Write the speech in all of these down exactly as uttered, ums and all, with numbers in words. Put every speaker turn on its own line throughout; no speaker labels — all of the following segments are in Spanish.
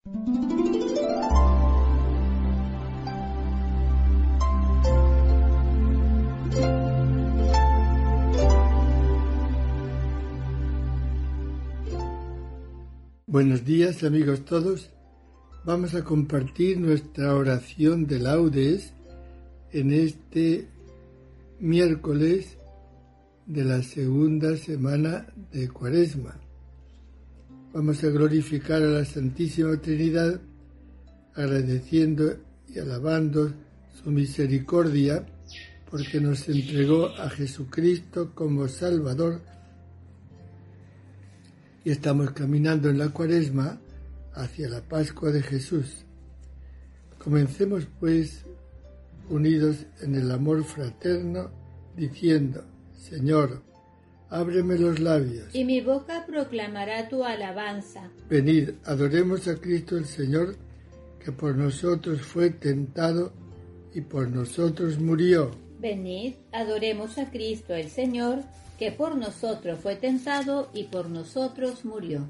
Buenos días, amigos todos. Vamos a compartir nuestra oración de laudes en este miércoles de la segunda semana de Cuaresma. Vamos a glorificar a la Santísima Trinidad, agradeciendo y alabando su misericordia, porque nos entregó a Jesucristo como Salvador, y estamos caminando en la Cuaresma hacia la Pascua de Jesús. Comencemos, pues, unidos en el amor fraterno, diciendo: Señor, ábreme los labios,
y mi boca proclamará tu alabanza.
Venid, adoremos a Cristo el Señor, que por nosotros fue tentado y por nosotros murió.
Venid, adoremos a Cristo el Señor, que por nosotros fue tentado y por nosotros murió.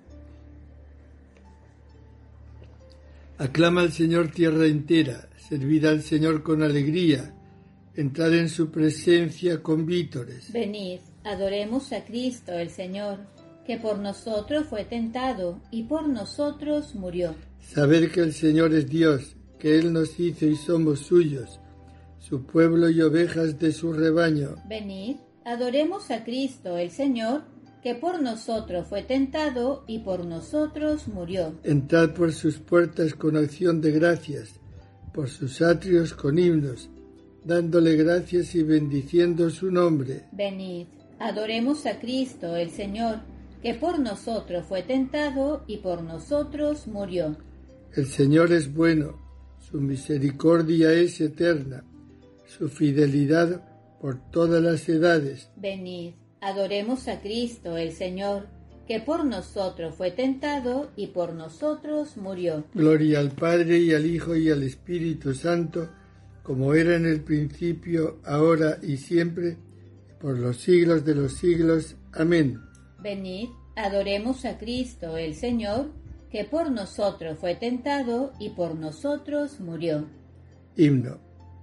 Aclama al Señor tierra entera, servid al Señor con alegría, entrad en su presencia con vítores.
Venid, adoremos a Cristo el Señor, que por nosotros fue tentado y por nosotros murió.
Sabed que el Señor es Dios, que Él nos hizo y somos suyos, su pueblo y ovejas de su rebaño.
Venid, adoremos a Cristo el Señor, que por nosotros fue tentado y por nosotros murió.
Entrad por sus puertas con acción de gracias, por sus atrios con himnos, dándole gracias y bendiciendo su nombre.
Venid, adoremos a Cristo el Señor, que por nosotros fue tentado y por nosotros murió.
El Señor es bueno, su misericordia es eterna, su fidelidad por todas las edades.
Venid, adoremos a Cristo el Señor, que por nosotros fue tentado y por nosotros murió.
Gloria al Padre y al Hijo y al Espíritu Santo, como era en el principio, ahora y siempre, por los siglos de los siglos. Amén.
Venid, adoremos a Cristo el Señor, que por nosotros fue tentado y por nosotros murió.
Himno.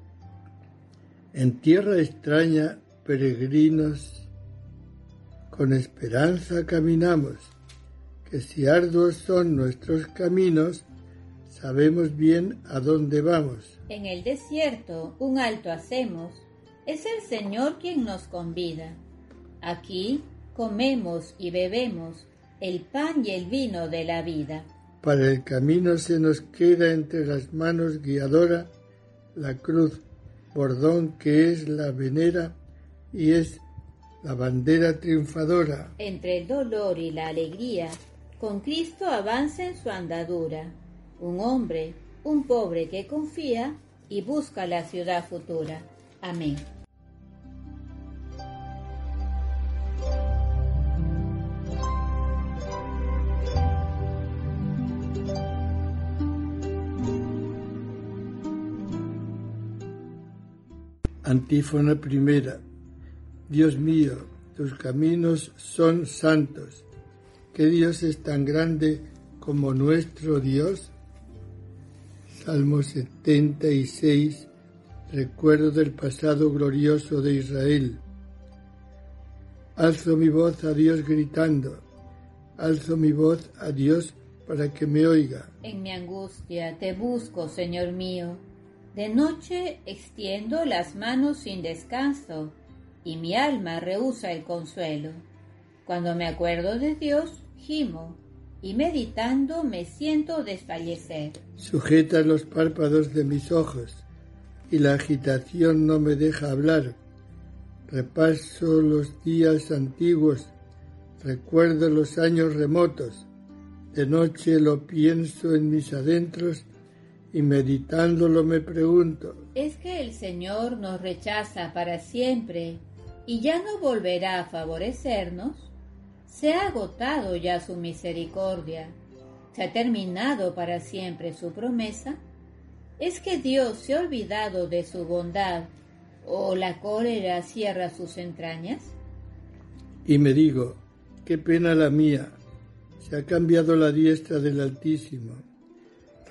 En tierra extraña, peregrinos, con esperanza caminamos, que si arduos son nuestros caminos, sabemos bien a dónde vamos.
En el desierto un alto hacemos, es el Señor quien nos convida. Aquí comemos y bebemos el pan y el vino de la vida.
Para el camino se nos queda entre las manos guiadora la cruz, bordón que es la venera y es la bandera triunfadora.
Entre el dolor y la alegría, con Cristo avanza en su andadura. Un hombre, un pobre que confía y busca la ciudad futura. Amén.
Antífona primera. Dios mío, tus caminos son santos. ¿Qué Dios es tan grande como nuestro Dios? Salmo setenta y seis. Recuerdo del pasado glorioso de Israel. Alzo mi voz a Dios gritando. Alzo mi voz a Dios para que me oiga.
En mi angustia te busco, Señor mío. De noche extiendo las manos sin descanso, y mi alma rehúsa el consuelo. Cuando me acuerdo de Dios, gimo, y meditando me siento desfallecer.
Sujeta los párpados de mis ojos, y la agitación no me deja hablar. Repaso los días antiguos, recuerdo los años remotos. De noche lo pienso en mis adentros, y meditándolo me pregunto:
¿es que el Señor nos rechaza para siempre y ya no volverá a favorecernos? ¿Se ha agotado ya su misericordia? ¿Se ha terminado para siempre su promesa? ¿Es que Dios se ha olvidado de su bondad o la cólera cierra sus entrañas?
Y me digo: qué pena la mía, se ha cambiado la diestra del Altísimo.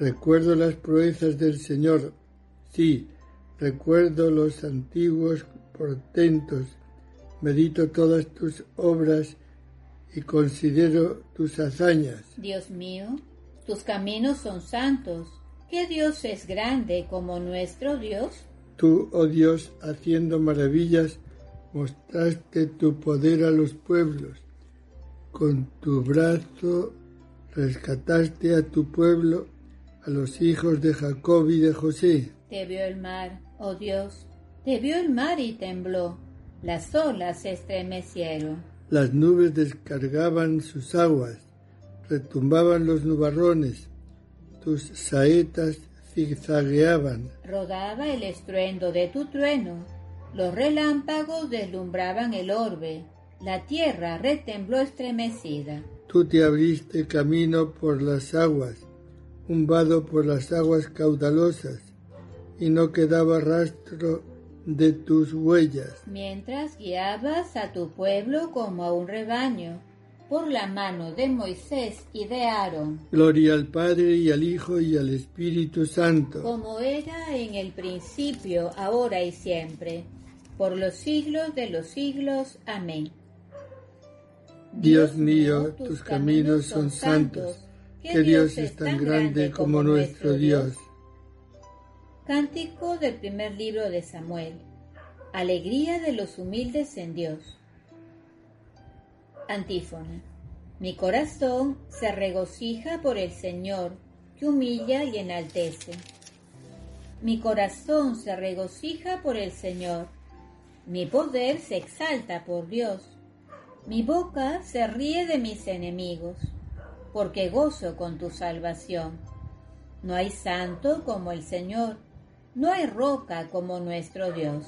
Recuerdo las proezas del Señor, sí, recuerdo los antiguos portentos, medito todas tus obras y considero tus hazañas.
Dios mío, tus caminos son santos. ¿Qué Dios es grande como nuestro Dios?
Tú, oh Dios, haciendo maravillas, mostraste tu poder a los pueblos. Con tu brazo rescataste a tu pueblo, a los hijos de Jacob y de José.
Te vio el mar, oh Dios, te vio el mar y tembló, las olas se estremecieron.
Las nubes descargaban sus aguas, retumbaban los nubarrones, tus saetas zigzagueaban.
Rodaba el estruendo de tu trueno, los relámpagos deslumbraban el orbe, la tierra retembló estremecida.
Tú te abriste camino por las aguas, un vado por las aguas caudalosas, y no quedaba rastro de tus huellas.
Mientras guiabas a tu pueblo como a un rebaño, por la mano de Moisés y de Aarón.
Gloria al Padre y al Hijo y al Espíritu Santo.
Como era en el principio, ahora y siempre, por los siglos de los siglos. Amén.
Dios mío, tus caminos son santos, que Dios es tan grande como nuestro Dios.
Cántico del primer libro de Samuel. Alegría de los humildes en Dios. Antífona. Mi corazón se regocija por el Señor, que humilla y enaltece. Mi corazón se regocija por el Señor. Mi poder se exalta por Dios. Mi boca se ríe de mis enemigos, porque gozo con tu salvación. No hay santo como el Señor, no hay roca como nuestro Dios.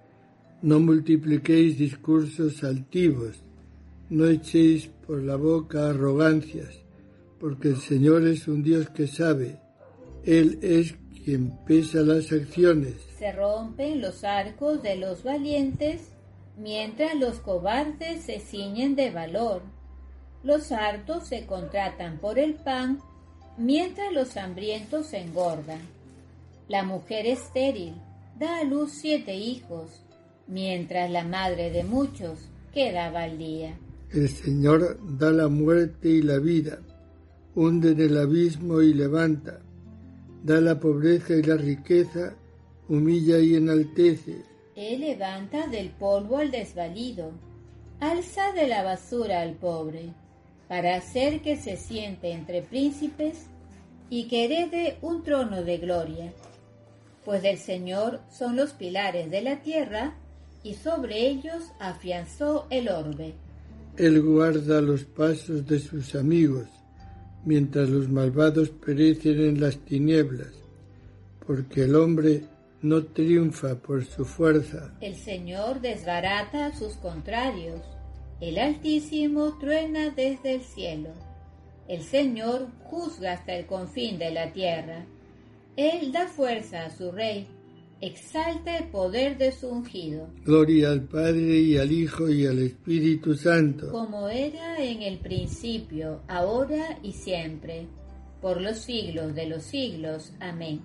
No multipliquéis discursos altivos, no echéis por la boca arrogancias, porque el Señor es un Dios que sabe, Él es quien pesa las acciones.
Se rompen los arcos de los valientes, mientras los cobardes se ciñen de valor. Los hartos se contratan por el pan, mientras los hambrientos se engordan. La mujer estéril da a luz siete hijos, mientras la madre de muchos queda baldía.
El Señor da la muerte y la vida, hunde en el abismo y levanta, da la pobreza y la riqueza, humilla y enaltece.
Él levanta del polvo al desvalido, alza de la basura al pobre, para hacer que se siente entre príncipes y que herede un trono de gloria. Pues del Señor son los pilares de la tierra, y sobre ellos afianzó el orbe.
Él guarda los pasos de sus amigos, mientras los malvados perecen en las tinieblas, porque el hombre no triunfa por su fuerza.
El Señor desbarata a sus contrarios, el Altísimo truena desde el cielo. El Señor juzga hasta el confín de la tierra. Él da fuerza a su rey, exalta el poder de su ungido.
Gloria al Padre y al Hijo y al Espíritu Santo.
Como era en el principio, ahora y siempre, por los siglos de los siglos. Amén.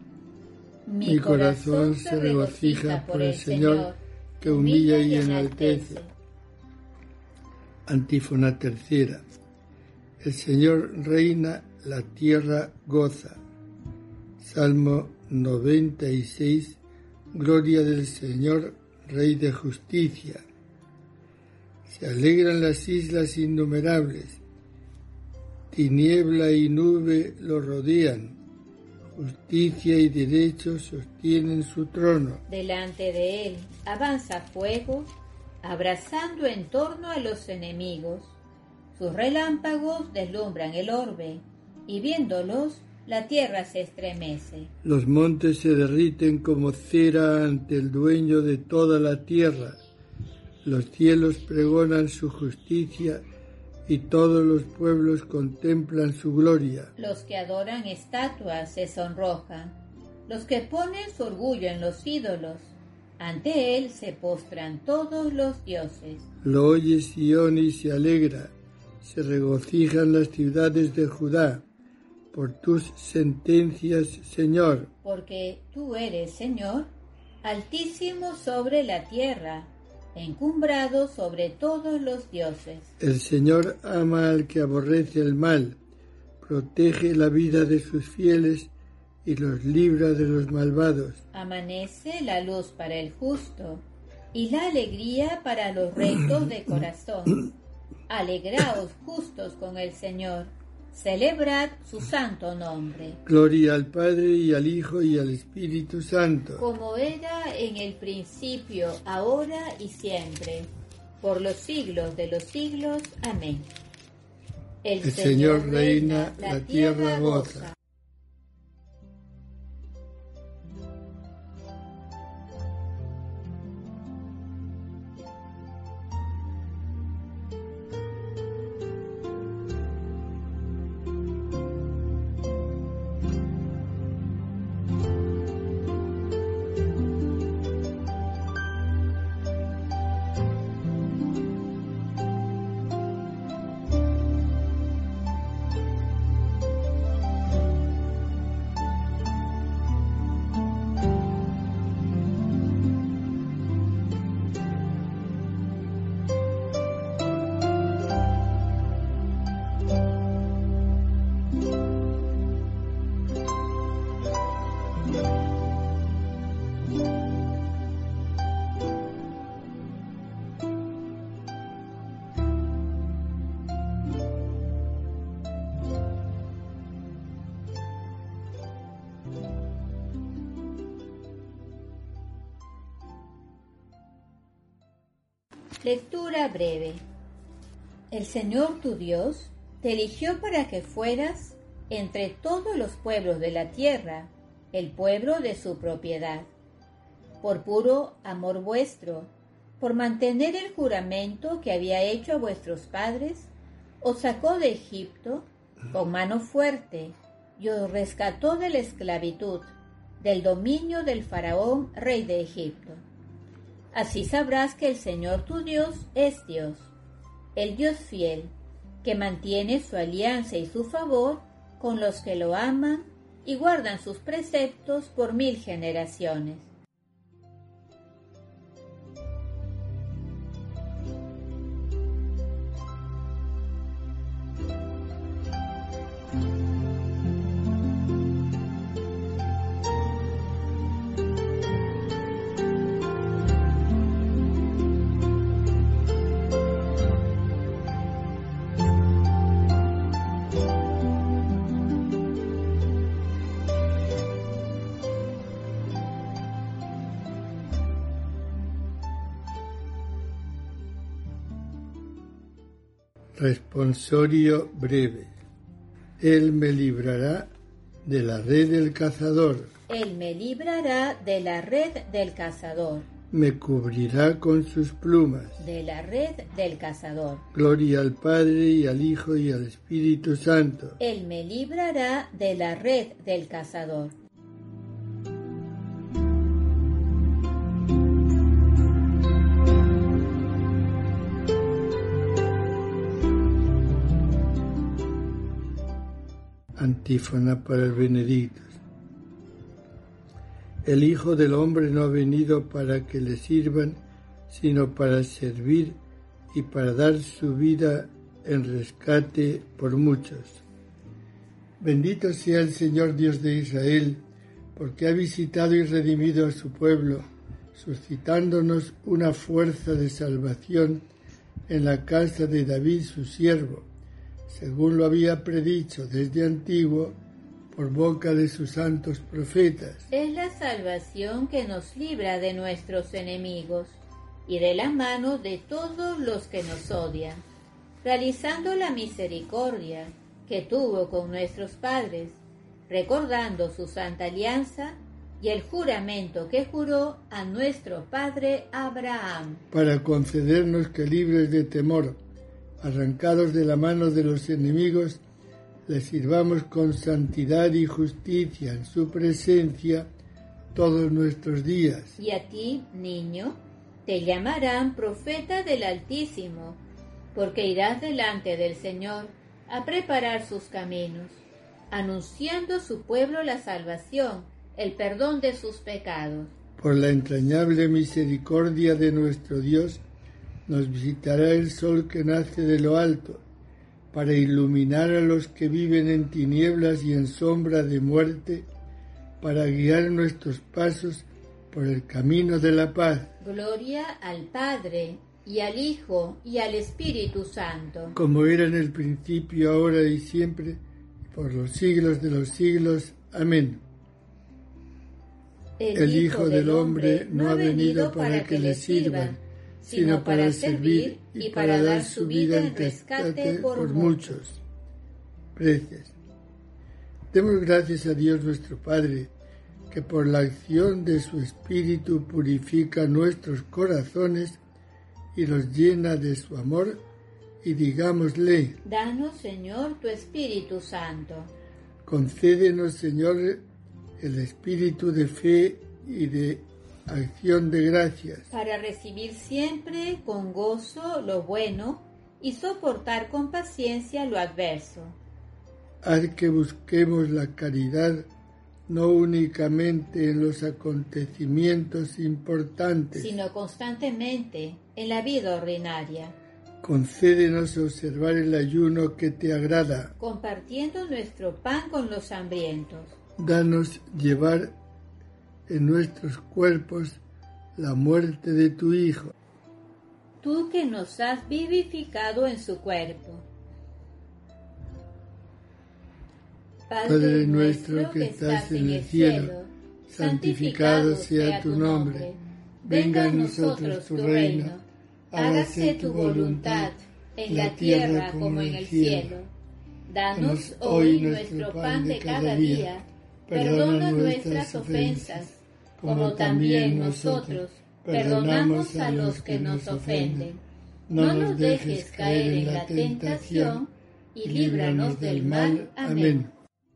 Mi, Mi corazón, corazón se regocija por el Señor, que humilla y enaltece. Antífona tercera. El Señor reina, la tierra goza. Salmo noventa y seis. Gloria del Señor, Rey de justicia. Se alegran las islas innumerables. Tiniebla y nube lo rodean. Justicia y derecho sostienen su trono.
Delante de él avanza fuego, abrazando en torno a los enemigos. Sus relámpagos deslumbran el orbe, y viéndolos, la tierra se estremece.
Los montes se derriten como cera ante el dueño de toda la tierra. Los cielos pregonan su justicia, y todos los pueblos contemplan su gloria.
Los que adoran estatuas se sonrojan, los que ponen su orgullo en los ídolos. Ante él se postran todos los dioses.
Lo oye Sión y se alegra, se regocijan las ciudades de Judá. por tus sentencias, Señor.
Porque tú eres, Señor, altísimo sobre la tierra, encumbrado sobre todos los dioses.
El Señor ama al que aborrece el mal, protege la vida de sus fieles y los libra de los malvados.
Amanece la luz para el justo y la alegría para los rectos de corazón. Alegraos justos con el Señor, celebrad su santo nombre.
Gloria al Padre y al Hijo y al Espíritu Santo.
Como era en el principio, ahora y siempre, por los siglos de los siglos. Amén.
El, el Señor, Señor reina, la, la tierra goza. goza.
Lectura breve. El Señor tu Dios te eligió para que fueras entre todos los pueblos de la tierra, el pueblo de su propiedad. Por puro amor vuestro, por mantener el juramento que había hecho a vuestros padres, os sacó de Egipto con mano fuerte y os rescató de la esclavitud, del dominio del faraón, rey de Egipto. Así sabrás que el Señor tu Dios es Dios, el Dios fiel, que mantiene su alianza y su favor con los que lo aman y guardan sus preceptos por mil generaciones.
Responsorio breve. Él me librará de la red del cazador.
Él me librará de la red del cazador.
Me cubrirá con sus plumas.
De la red del cazador.
Gloria al Padre y al Hijo y al Espíritu Santo.
Él me librará de la red del cazador.
Antífona para el Benedictus. El Hijo del Hombre no ha venido para que le sirvan, sino para servir y para dar su vida en rescate por muchos. Bendito sea el Señor Dios de Israel, porque ha visitado y redimido a su pueblo, suscitándonos una fuerza de salvación en la casa de David su siervo, según lo había predicho desde antiguo por boca de sus santos profetas.
Es la salvación que nos libra de nuestros enemigos y de la mano de todos los que nos odian, realizando la misericordia que tuvo con nuestros padres, recordando su santa alianza y el juramento que juró a nuestro padre Abraham,
para concedernos que, libres de temor, arrancados de la mano de los enemigos, le sirvamos con santidad y justicia en su presencia todos nuestros días.
Y a ti, niño, te llamarán profeta del Altísimo, porque irás delante del Señor a preparar sus caminos, anunciando a su pueblo la salvación, el perdón de sus pecados.
Por la entrañable misericordia de nuestro Dios, nos visitará el sol que nace de lo alto, para iluminar a los que viven en tinieblas y en sombra de muerte, para guiar nuestros pasos por el camino de la paz.
Gloria al Padre, y al Hijo, y al Espíritu Santo.
Como era en el principio, ahora y siempre, por los siglos de los siglos. Amén.
El, el Hijo del Hombre no ha venido para que le sirvan, sino para servir y para dar su vida en rescate por muchos.
Preces. Demos gracias a Dios nuestro Padre, que por la acción de su Espíritu purifica nuestros corazones y los llena de su amor, y digámosle:
Danos, Señor, tu Espíritu Santo.
Concédenos, Señor, el espíritu de fe y de acción de gracias,
para recibir siempre con gozo lo bueno y soportar con paciencia lo adverso.
Haz que busquemos la caridad no únicamente en los acontecimientos importantes,
sino constantemente en la vida ordinaria.
Concédenos observar el ayuno que te agrada,
compartiendo nuestro pan con los hambrientos.
Danos llevar en nuestros cuerpos la muerte de tu Hijo,
tú que nos has vivificado en su cuerpo.
Padre, Padre nuestro que estás en el cielo, santificado sea tu nombre. Venga a nosotros tu reino. Hágase tu voluntad, en la tierra como en el cielo.
Danos hoy nuestro pan de cada día. Perdona nuestras ofensas, como también nosotros perdonamos a los que nos ofenden. No nos dejes caer en la tentación y líbranos del mal. Amén.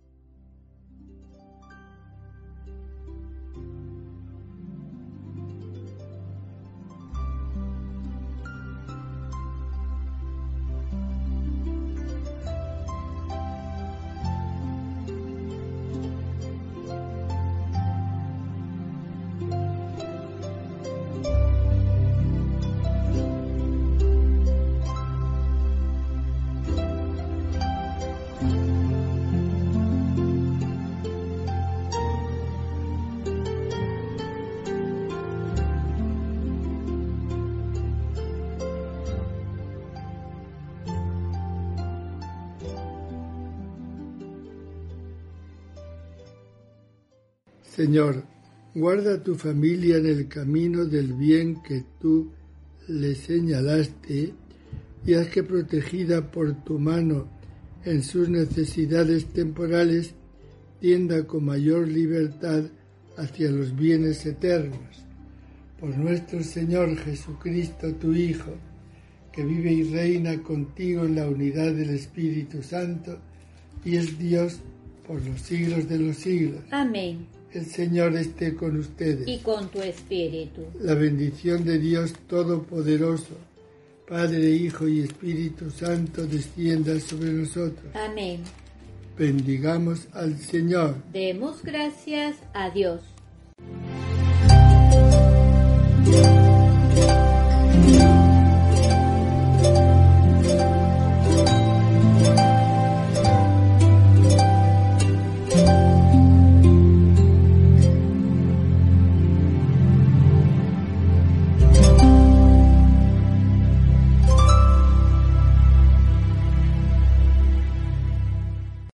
Señor, guarda a tu familia en el camino del bien que tú le señalaste y haz que, protegida por tu mano en sus necesidades temporales, tienda con mayor libertad hacia los bienes eternos. Por nuestro Señor Jesucristo, tu Hijo, que vive y reina contigo en la unidad del Espíritu Santo y es Dios por los siglos de los siglos.
Amén.
El Señor esté con ustedes.
Y con tu espíritu.
La bendición de Dios Todopoderoso, Padre, Hijo y Espíritu Santo, descienda sobre nosotros.
Amén.
Bendigamos al Señor.
Demos gracias a Dios.